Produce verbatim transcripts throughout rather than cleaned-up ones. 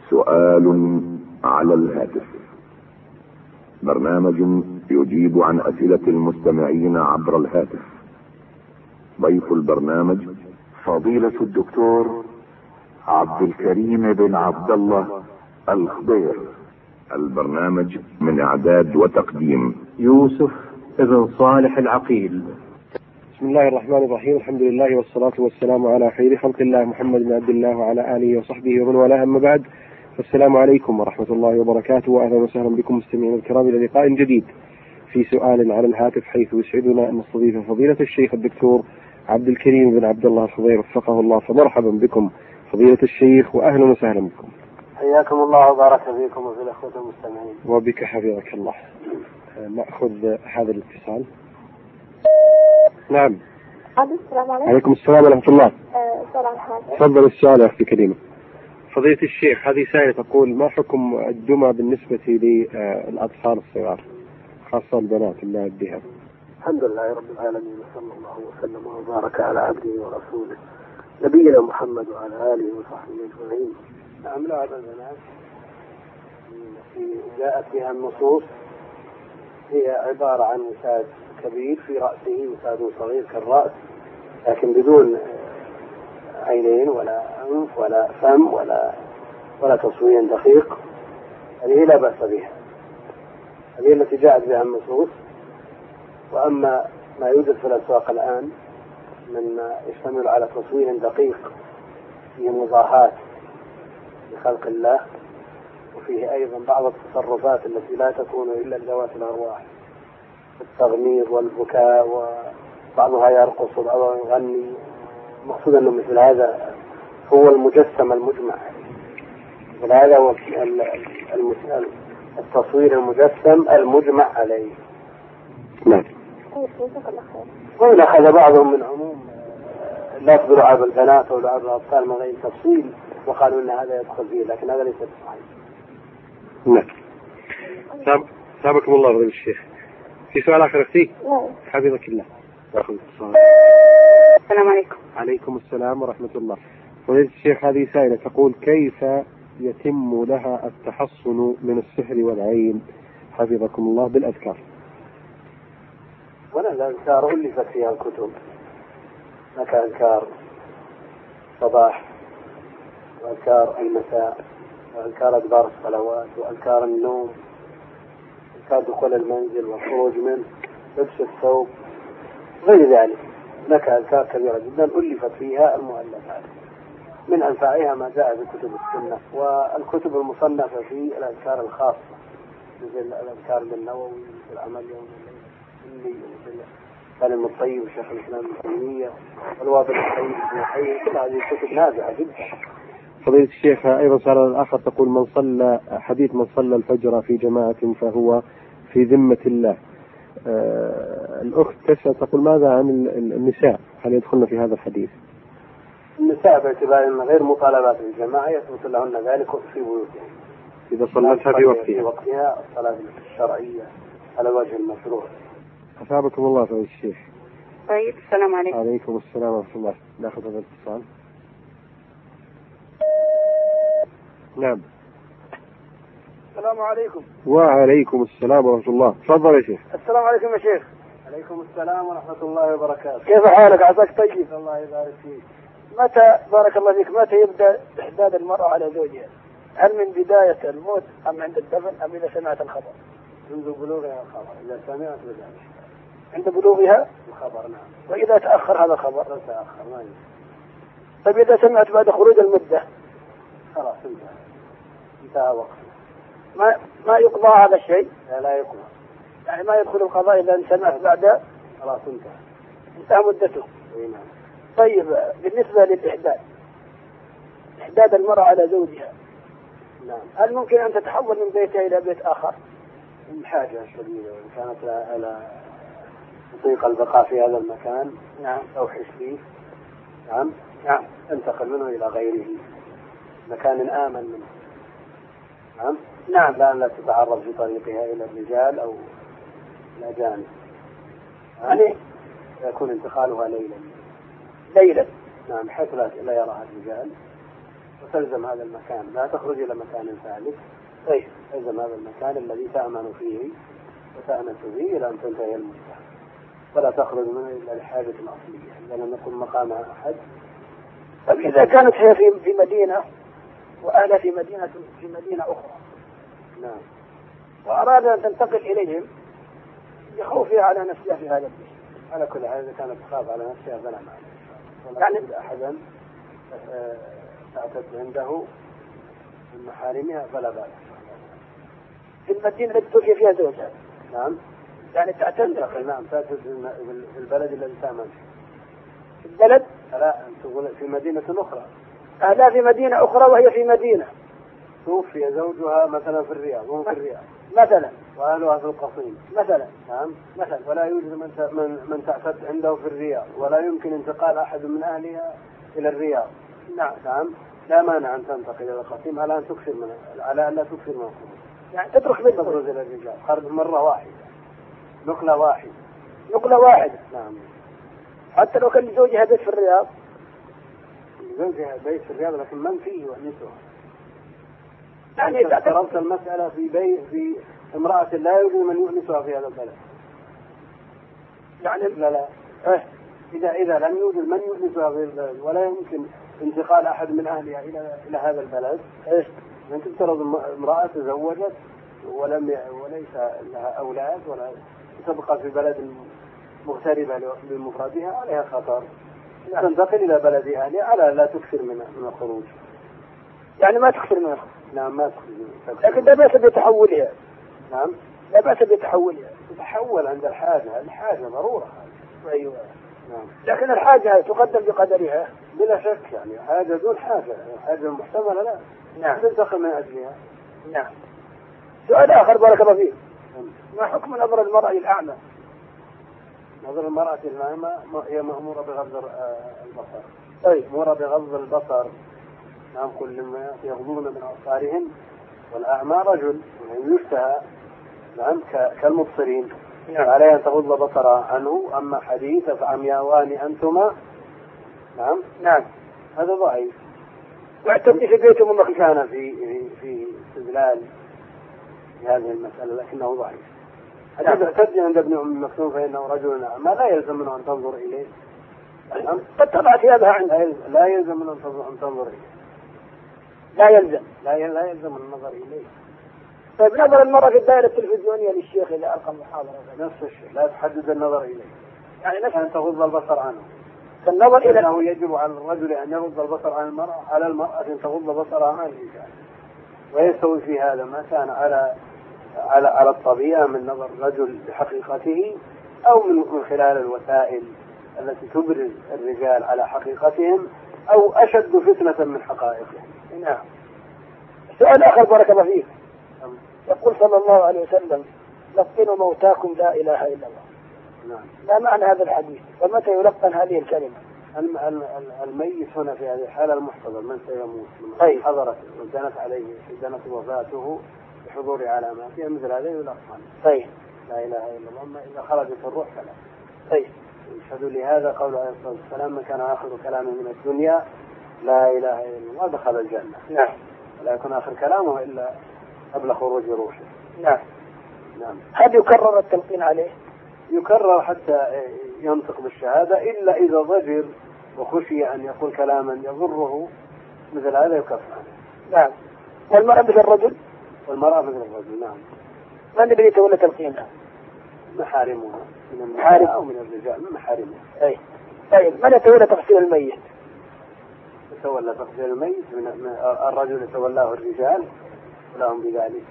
سؤال على الهاتف، برنامج يجيب عن أسئلة المستمعين عبر الهاتف. ضيف البرنامج فضيلة الدكتور عبد الكريم بن عبد الله الخضير. البرنامج من إعداد وتقديم يوسف ابن صالح العقيل. بسم الله الرحمن الرحيم، الحمد لله والصلاة والسلام على خير خلق الله محمد بن عبد الله وعلى آله وصحبه ومن والاه، أما بعد، السلام عليكم ورحمة الله وبركاته، وأهلا وسهلا بكم مستمعين الكرام إلى لقاء جديد في سؤال على الهاتف، حيث يسعدنا أن نستضيف فضيلة الشيخ الدكتور عبد الكريم بن عبد الله الخضير وفقه الله. فمرحبا بكم فضيلة الشيخ وأهلا وسهلا بكم. حياكم الله وبارك فيكم وفي الأخوة المستمعين. وبك حفظك الله. نأخذ هذا الاتصال. نعم. السلام عليكم. عليكم السلام ورحمة الله. أه تفضل السؤال يا أختي كريمة. فضيلة الشيخ، هذه سائلة تقول: ما حكم الدمى بالنسبة للأطفال الصغار خاصة البنات الله بها؟ الحمد لله رب العالمين، وصلى الله وسلم وبارك على عبده ورسوله نبينا محمد وعلى آله وصحبه أجمعين. نعم، لعب البنات جاءت بها النصوص هي عبارة عن وساد كبير في رأسه، وساد صغير كالرأس لكن بدون عينين ولا أنف ولا فم ولا ولا تصوير دقيق. هذه لا بأس بها، هذه التي جاءت بها النصوص. وأما ما يوجد في الأسواق الآن مما يشتمل على تصوير دقيق فيه مضاهاة لخلق الله، وفيه أيضا بعض التصرفات التي لا تكون إلا لذوات الأرواح، التغميض والبكاء، وبعضها يرقص وبعضها يغني. المقصود أنه مثل هذا هو المجسم المجمع، مثل هذا هو التصوير المجسم المجمع عليه. نعم. وإن أخذ بعضهم من عموم لفظ لعب البنات أو لعب الأطفال من غير تفصيل وقالوا أن هذا يدخل فيه، لكن هذا ليس صحيح. نعم. سابقكم الله فضيلة الشيخ. في سؤال آخر أختي؟ نعم. حفظك الله. أخذ اتصال. السلام عليكم. عليكم السلام ورحمة الله. فضيلة الشيخ، هذه سائلة تقول: كيف يتم لها التحصن من السحر والعين حفظكم الله بالأذكار؟ ولا الأذكار ألفت فيها الكتب، هناك أذكار الصباح وأذكار المساء وأذكار أدبار الصلوات وأذكار النوم، أذكار دخول المنزل والخروج منه، لبس الثوب، غير ذلك. هناك أذكار كبيرة جدا ألفت فيها المؤلفات، من أنفعها ما جاء في كتب السنة والكتب المصنفة في الأذكار الخاصة، مثل الأذكار للنووي، مثل العمل يوم الليل، مثل كلام الطيب وشيخ الإسلام ابن تيمية والوابل الطيب ابن القيم، كل هذه الكتب نافعة جدا. فضيلة الشيخ، أيضا سؤال آخر تقول: من صلى حديث من صلى الفجر في جماعة فهو في ذمة الله. آه الأخت تسأل تقول: ماذا عن النساء، هل يدخلن في هذا الحديث؟ النساء باعتبار أن غير مطالبات الجماعة يثبت لهن ذلك في بيوتهم إذا صلتها في وقتها في وقتها الصلاة الشرعية على وجه المشروع. أثابكم الله فضيلة الشيخ. طيب، السلام عليكم. عليكم السلام ورحمة الله. نأخذ هذا الاتصال. نعم. السلام عليكم. وعليكم السلام ورحمة الله. تفضل يا شيخ. السلام عليكم يا شيخ. عليكم السلام ورحمة الله وبركاته. كيف حالك؟ عساك طيب. الله يبارك فيك. متى بارك الله فيك متى يبدأ إحداد المرأة على زوجها؟ هل من بداية الموت أم عند الدفن أم إذا سمعت الخبر؟ منذ بلوغها الخبر، إذا سمعت بذلك عند بلوغها الخبر. نعم. وإذا تأخر هذا الخبر؟ لا تأخر، ما يمكن. طيب إذا سمعت بعد خروج المدة؟ خلاص انتهى، انتهى وقت. ما ما يقضى هذا الشيء؟ لا لا يقضى، يعني ما يدخل القضاء إذا سمعت بعد؟ خلاص انتهى، انتهى مدته. نعم. طيب بالنسبة للإحداد، إحداد المرأة على زوجها، نعم، هل ممكن أن تتحول من بيتها إلى بيت آخر؟ من حاجة شديدة، وإن كانت لا تطيق البقاء في هذا المكان، نعم، توحش فيه، نعم نعم، تنتقل منه إلى غيره مكان آمن منه، نعم نعم، لا لا تتعرض في طريقها إلى الرجال أو الأجانب، يعني يكون انتقالها ليلا ليلا، نعم، حيث لا يراها الرجال، وتلزم هذا المكان، لا تخرج إلى مكان ثالث. طيب تلزم هذا المكان الذي تأمن فيه وتأنس فيه إلى أن تنتهي المدة، ولا تخرج منه إلا لحاجة أصلية، إذا لم يكن مقامها أحد. طيب إذا كانت هي في في مدينة وأهلها في مدينة في مدينة أخرى، نعم، وأراد أن تنتقل إليهم لخوفها على نفسها في هذا البيت، على كل حال إذا كانت تخاف على نفسها فلا معنى، ولا يعني تجد أحدا تعتد عنده من محارمها فلا بأس. في المدينة التي توفي فيها زوجها. نعم، يعني تعتد. نعم، تعتد في البلد الذي تعمل فيه. في البلد؟ لا، تقول في مدينة أخرى. أهلها في مدينة أخرى وهي في مدينة. توفي زوجها مثلا في الرياض، وهم في الرياض مثلا، وأهلها في القصيم مثلا. نعم، مثلا، ولا يوجد من من من تعتد عنده في الرياض، ولا يمكن انتقال أحد من أهلها إلى الرياض. نعم، نعم، لا مانع أن تنتقل إلى القصيم على أن تكثر من على أن لا تكثر من الخروج. يعني تترك بيت تخرج إلى الرجال، خرج مرة واحدة، نقلة واحدة. نقلة واحدة. نعم، حتى لو كان لزوجها بيت في الرياض. زوجها بيت في الرياض لكن من فيه يؤنسها. يعني اعترضت المسألة في بيت في امرأة لا يوجد من يؤنسها في هذا البلد. يعني لا لا اه. إذا إذا لم يوجد من يؤنسها في البلد ولا يمكن انتقال أحد من أهلها إلى إلى هذا البلد، ايش؟ أنت تفترض امرأة تزوجت ولم ي... وليس لها أولاد ولا تبقى في بلد مغتربة بمفردها، عليها خطر. نعم. تنتقل إلى بلدها يعني على لا تكثر من من الخروج. يعني ما تكثر منها. نعم، ما تكثر. لكن لا بأس بتحولها. نعم، لا بأس بتحولها. تتحول عند الحاجة، الحاجة ضرورة. أيوة. نعم، لكن الحاجة تقدم بقدرها. بلا شك، يعني حاجة دون حاجة، حاجة محتملة لا. نعم. تنتقل من أجلها. نعم. سؤال آخر بارك الله فيك. نعم. ما حكم نظر المرأة للأعمى؟ نظر المرأة الأعمى هي مأمورة بغض البصر. طيب. مأمورة بغض البصر. نعم، كل ما يغضون من أبصارهم، والأعمى رجل يشتهى. نعم، كالمبصرين. نعم. عليه أن تغض بصرها عنه. أما حديث فعمياوان أنتما، نعم نعم، هذا ضعيف. واعتمدي في بيته من كان في في استدلال هذه المسألة لكنه ضعيف. نعم. اعتد عند ابن أم مكتوم فإنه رجل أعمى لا يلزم منه أن تنظر إليه. نعم. قد تضع ثيابها عنده. لا يلزم منه أن تنظر إليه. لا يلزم. لا لا يلزم النظر إليه. طيب نظر المرأة في الدائرة التلفزيونية للشيخ إذا ألقى محاضرة. نفس الشيء، لا تحدد النظر إليه. يعني نفس أن تغض البصر عنه. النظر إلى أنه يجب على الرجل أن يغض البصر عن المرأة، على المرأة أن تغض بصرها عن الرجال. ويستوي في هذا ما كان على على على الطبيعة من نظر الرجل بحقيقته، أو من من خلال الوسائل التي تبرز الرجال على حقيقتهم، أو أشد فتنة من حقائقهم. نعم. سؤال آخر بارك الله فيك. يقول صلى الله عليه وسلم: لقنوا موتاكم لا إله إلا الله. نعم. ما معنى هذا الحديث؟ ومتى يلقن هذه الكلمة؟ الميت هنا في هذه الحالة المحتضر، من سيموت، من أي. حضرت ودنت عليه دنت وفاته بحضور علاماتها، مثل هذا يلقن. طيب. لا إله إلا الله. أما إذا خرجت الروح فلا. طيب. يشهد لهذا قول عليه الصلاة والسلام: من كان آخر كلامه من الدنيا لا إله إلا الله دخل الجنة. نعم. لا يكون آخر كلامه إلا قبل خروج روحه. نعم. نعم. هل يكرر التلقين عليه؟ يكرر حتى ينطق بالشهادة، إلا إذا ضجر وخشي أن يقول كلاما يضره، مثل هذا يكفر. نعم. والمرأة مثل الرجل؟ والمرأة مثل الرجل. نعم. من الذي يتولى تلقينها؟ محارمها من محارم أو من الرجال، من محارمها. أي. طيب من يتولى تغسيل الميت؟ يتولى تغسيل الميت من الرجل يتولاه الرجال، ولهم بذلك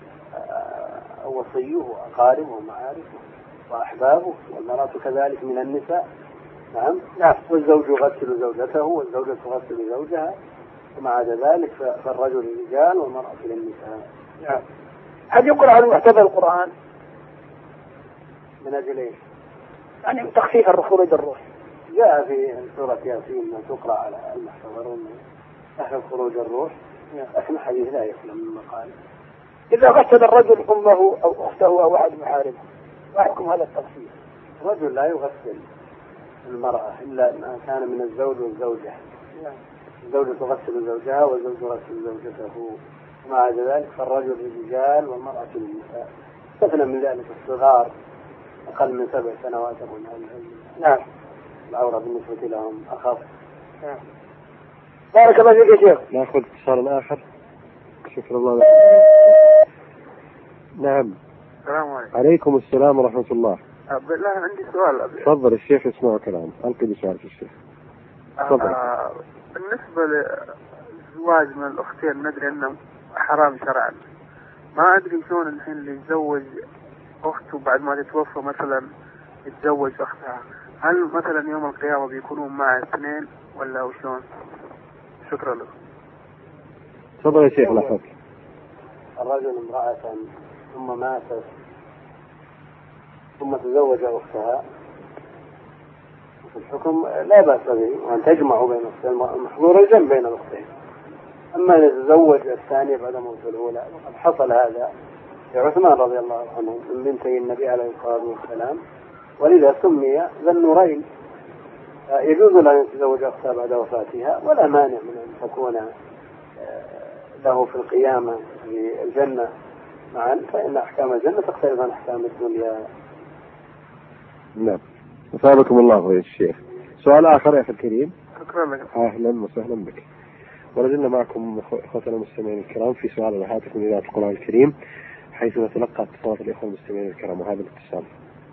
وصيه وأقاربه ومعارفه وأحبابه، والمرأة كذلك من النساء. نعم. نعم. والزوج يغسل زوجته والزوجة تغسل زوجها، وما عدا ذلك فالرجل للرجال والمرأة للنساء. نعم. هل يقرأ على محتوى القرآن؟ من أجل إيش؟ يعني تخفيف خروج الروح. جاء في سورة ياسين أن تقرأ على المحتضرون أهل خروج الروح، لكن الحديث لا يسلم من مقال. إذا غسل الرجل أمه أو أخته أو أحد محارمه، ما حكم هذا التغسيل؟ الرجل لا يغسل المرأة إلا ما كان من الزوج والزوجة. نعم. الزوجة تغسل زوجها والزوج يغسل زوجته، ومع عدا ذلك فالرجل للرجال والمرأة للنساء، استثنى من ذلك الصغار أقل من سبع سنوات. نعم. العورة بالنسبة لهم أخف. نعم. بارك الله فيك يا شيخ. ناخذ اتصال آخر. شكرا الله لك. نعم. السلام عليكم. عليكم السلام ورحمة الله. بالله عندي سؤال. تفضل الشيخ يسمع كلام. ألقي بسؤال في الشيخ. تفضل. آه بالنسبة للزواج من الأختين ندري أنه حرام شرعا، ما أدري شلون الحين اللي يتزوج أخته بعد ما تتوفى مثلا يتزوج أختها، هل مثلا يوم القيامة بيكونون معه اثنين ولا وشلون؟ شكرا لك. تفضل يا شيخ. لا فضل. الرجل امرأة ثم ماتت ثم تزوج أختها، في الحكم لا بأس به وأن تجمعوا بين الأختين، محظور الجمع بين الأختين. أما أن يتزوج الثانية بعد موت الأولى وقد حصل هذا لعثمان رضي الله عنه من بنتي النبي عليه الصلاة والسلام، ولذا سمي ذا النورين. يجوز له أن يتزوج أختها بعد وفاتها، ولا مانع من أن تكون له في القيامة في الجنة معا، فإن أحكام الجنة تختلف عن أحكام الدنيا. نعم. أثابكم الله يا الشيخ. سؤال آخر يا أخي الكريم. شكرا لك. أهلا وسهلا بك. ولازلنا معكم أخوتنا المستمعين الكرام في سؤال الهاتف من إذاعة القرآن الكريم، حيث نتلقى اتصالات الإخوة المستمعين الكرام، وهذا الاتصال.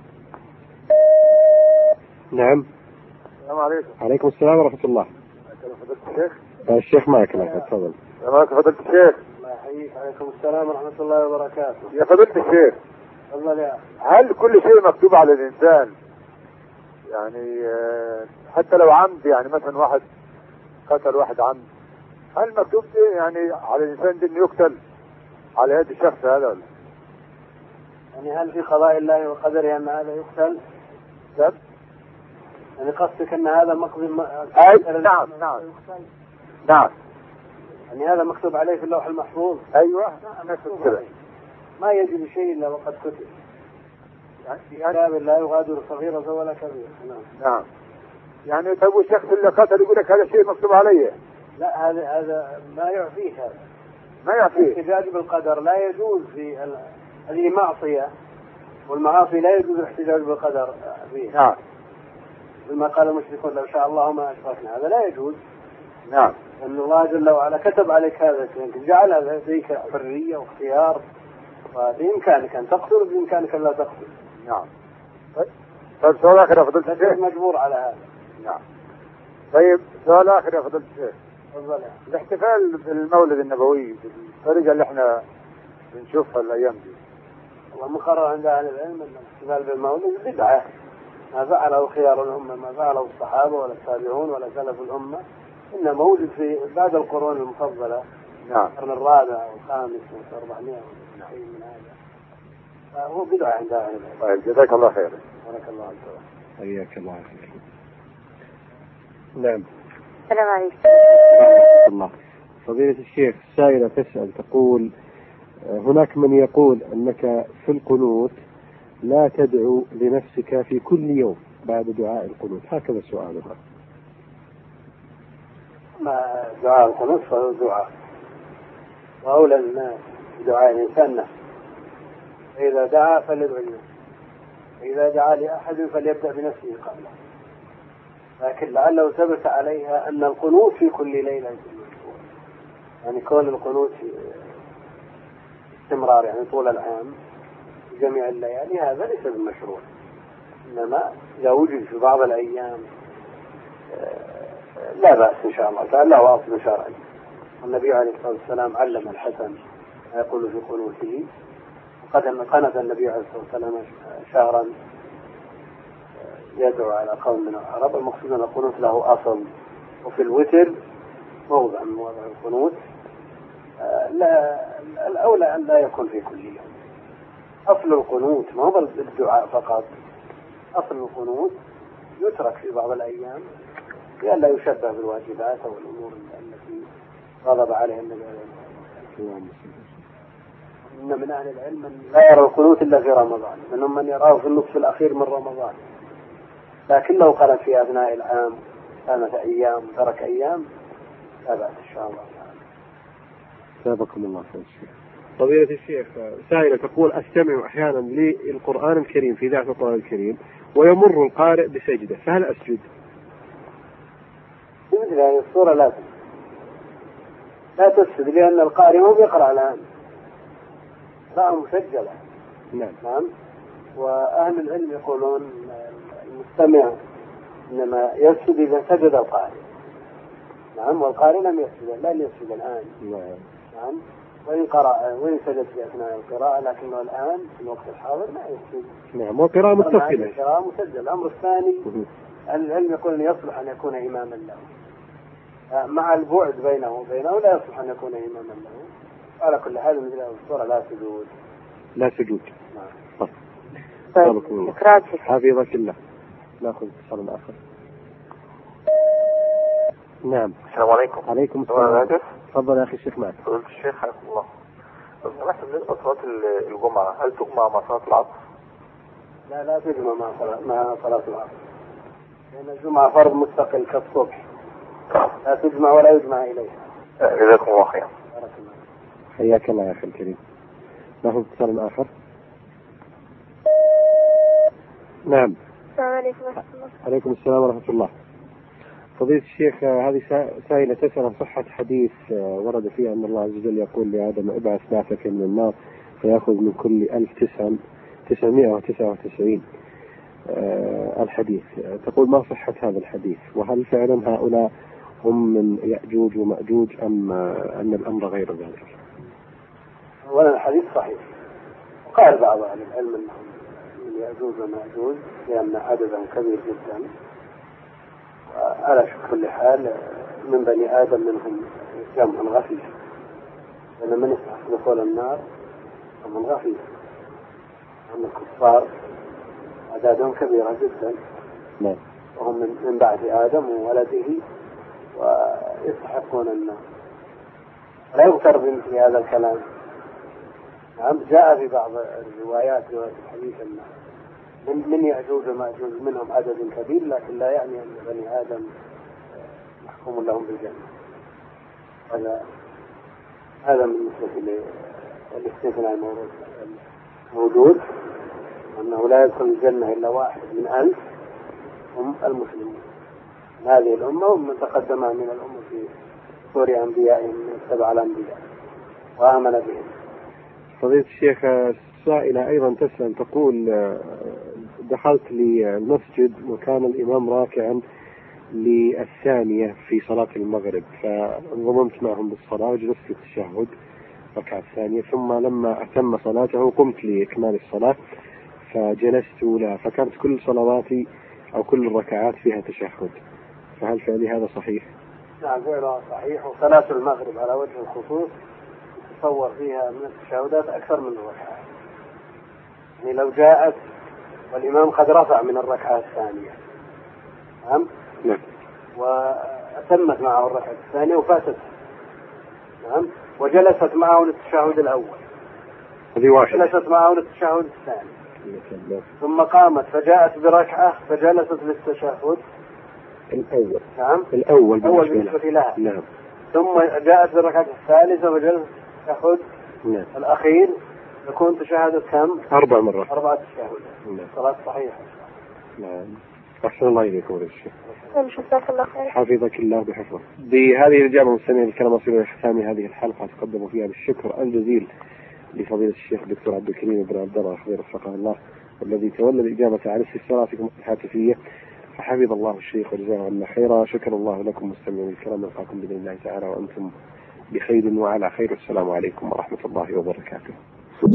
نعم. السلام عليكم. عليكم السلام ورحمة الله. فضلت الشيخ. الشيخ معك. لا تفضل. معك فضلت الشيخ. الله يحييك. عليكم السلام ورحمة الله وبركاته. يا فضلت الشيخ، تفضل يا هل كل شيء مكتوب على الإنسان يعني حتى لو عمد، يعني مثلا واحد قتل واحد عمد، هل مكتوب يعني على الإنسان دي إنه يقتل على يد الشخص هذا ولا؟ يعني هل في قضاء الله وقدره أن هذا يقتل؟ نعم. يعني قصدك أن هذا مقضي م... أي نعم نعم نعم. يعني هذا مكتوب عليه في اللوح المحفوظ. أيوة. مكتوب عليه. ما يجري شيء إلا وقد كتب. كتاب لا يغادر صغيرة ولا كبيرة. نعم. نعم. يعني طيب الشخص اللي قتل يقول لك هذا شيء مكتوب عليه؟ لا، هذا هذا ما يعفيه، هذا ما يعفيه. الاحتجاج بالقدر لا يجوز في ال... هذه معصية، والمعاصي لا يجوز الاحتجاج بالقدر فيها. نعم. بما قال المشركون لو شاء الله ما أشركنا، هذا لا يجوز. نعم. لأن الله جل وعلا كتب عليك هذا، جعل لديك حرية واختيار، وبإمكانك أن تقتل وبإمكانك أن لا تقتل. نعم. طيب سؤال آخر يا فضيلة الشيخ. مجبور على هذا. نعم. طيب سؤال آخر يا فضيلة الشيخ. تفضل. الاحتفال بالمولد النبوي بالطريقة اللي احنا بنشوفها الأيام دي، ومقرر عند أهل العلم أن الاحتفال بالمولد بدعة، ما فعله خيار الأمة، ما فعله الصحابة ولا التابعون ولا سلف الأمة، إن مولد في بعد القرون المفضلة. نعم. القرن الرابع والخامس والأربعمائة والتسعين من هذا، هو بدعة عند أهل العلم. طيب جزاك الله خير. بارك الله فيك. حياك الله خير. نعم. السلام عليكم. الله. فضيلة الشيخ، سائلة تسأل تقول هناك من يقول أنك في القنوت لا تدعو لنفسك في كل يوم بعد دعاء القنوت، هكذا سؤالها. ما دعاء القنوت فهو دعاء، وأولى الناس بدعاء الإنسان نفسه، فإذا دعا فليدعو لنفسه، فإذا دعا لأحد فليبدأ بنفسه قبله. لكن لعله ثبت عليها أن القنوت في كل ليلة في الأسبوع، يعني كون القنوت استمرار يعني طول العام في جميع الليالي هذا ليس بالمشروع، إنما إذا وجد في بعض الأيام لا بأس إن شاء الله تعالى، له أصل شرعي. النبي عليه الصلاة والسلام علم الحسن ما يقول في قنوته، وقد قنت النبي عليه الصلاة والسلام شهرا يدعو على قوم من العرب. المقصود أن القنوت له أصل، وفي الوتر موضع من مواضع القنوت. لا الأولى أن لا يكون في كل يوم. أصل القنوت ما هو الدعاء فقط، أصل القنوت يترك في بعض الأيام لئلا يشبه بالواجبات أو الأمور التي غضب عليها النبي عليه الصلاة والسلام. إن من أهل العلم من لا يرى القنوت إلا في رمضان، منهم من يراه في النصف الأخير من رمضان، لكن لو قرأ في أثناء العام ثلاثة أيام ترك أيام لا بأس إن شاء الله. سابقكم الله خير الشيخ. فضيلة الشيخ، سائلة تقول أستمع أحيانا للقرآن الكريم في إذاعة القرآن الكريم ويمر القارئ بسجدة، فهل أسجد؟ مثل هذه الصورة لا تسجد، لا تسجد لأن القارئ هو بيقرأ الآن قراءة مسجلة. نعم. نعم. وأهل العلم يقولون المستمع إنما يسجد إذا سجد القارئ. نعم. والقارئ لم يسجد، لا يسجد الآن. نعم. نعم. وإن قرأ وإن سجد في أثناء القراءة، لكنه الآن في الوقت الحاضر لا يسجد. نعم. وقراءة متصلة. قراءة مسجلة. الأمر الثاني العلم يقول أن يصلح أن يكون إماما له، مع البعد بينه وبينه لا يصلح أن يكون إماما له. على كل حال مثل هذه الصورة لا سجود. لا سجود. نعم. طيب. حفظك الله. ناخذ اتصال آخر. نعم. السلام عليكم. عليكم السلام. تفضل يا أخي الشيخ معك. قلت الشيخ حياك الله، لو سمحت بالنسبة لصلاة الجمعة هل تجمع مع صلاة العصر؟ لا لا تجمع مع صلاة مع صلاة العصر، لأن الجمعة فرض مستقل كالصبح، لا تجمع ولا يجمع إليها. جزاكم الله خير. بارك الله. حياك الله يا أخي الكريم. ناخذ اتصال آخر. نعم. السلام عليكم ورحمة الله. عليكم السلام ورحمة الله. فضيلة الشيخ، هذه سائلة تسأل عن صحة حديث ورد فيه أن الله عز وجل يقول لآدم ابعث بعثك من النار فيأخذ من كل ألف تسعة تسعمائة وتسعة وتسعين. الحديث تقول ما صحة هذا الحديث، وهل فعلا هؤلاء هم من يأجوج ومأجوج أم أن الأمر غير ذلك؟ أولا الحديث صحيح، وقال بعض أهل العلم أنهم من يأجوج ومأجوج لأن عددهم كبير جدا، على كل حال من بني آدم منهم جمع غفير، لأن من يستحق دخول النار هم غفير. أما الكفار أعدادهم كبيرة جدا، نعم، وهم من بعد آدم وولده ويستحقون النار. لا يغتر بمثل هذا الكلام. نعم. جاء في بعض الروايات رواية الحديث أن من, من يأجوج ومأجوج منهم عدد كبير، لكن لا يعني أن بني آدم محكوم لهم بالجنة. هذا هذا من مثل الاستثناء الموجود، أنه لا يدخل الجنة إلا واحد من ألف هم المسلمون هذه الأمة، ومن تقدم من الأمة في سور أنبيائهم من سبع الأنبياء وآمن بهم. فضيلة الشيخ، السائلة أيضا تسأل تقول دخلت للمسجد وكان الإمام راكعا للثانية في صلاة المغرب، فانضممت معهم بالصلاة وجلست في التشهد ركعة الثانية، ثم لما أتم صلاته قمت لإكمال الصلاة فجلست لها، فكانت كل صلواتي أو كل الركعات فيها تشهد، فهل فعلي هذا صحيح؟ نعم فعلها صحيح. وصلاة المغرب على وجه الخصوص تصور فيها من التشهدات أكثر من الركعات، يعني لو جاءت والإمام قد رفع من الركعة الثانية، نعم، نعم، وأتمت معه الركعة الثانية وفاتت، نعم، وجلست معه للتشهد الأول، جلست معه للتشهد الثاني، ثم قامت فجاءت بركعة فجلست للتشهد الأول، نعم، الأول بالنسبة لها، نعم، ثم جاءت بالركعة الثالثة وجلست للتشهد نعم الأخير، يكون تشهدت كم؟ أربع مرات، أربعة تشهد. نعم. صلاة صحيحة. نعم. أحسن الله إليكم ولد الشيخ. جزاك الله خير. حفظك الله بحفظه. بهذه الإجابة مستمعين الكلام وصلنا لختام هذه الحلقة، تقدموا فيها بالشكر الجزيل لفضيلة الشيخ الدكتور عبد الكريم بن عبد الله خير وفقه الله، والذي تولى الإجابة على استفساراتكم الهاتفية، فحفظ الله الشيخ وجزاه عنا خيرا. شكر الله لكم مستمعين الكرام، نلقاكم بإذن الله تعالى وأنتم بخير وعلى خير. السلام عليكم ورحمة الله وبركاته.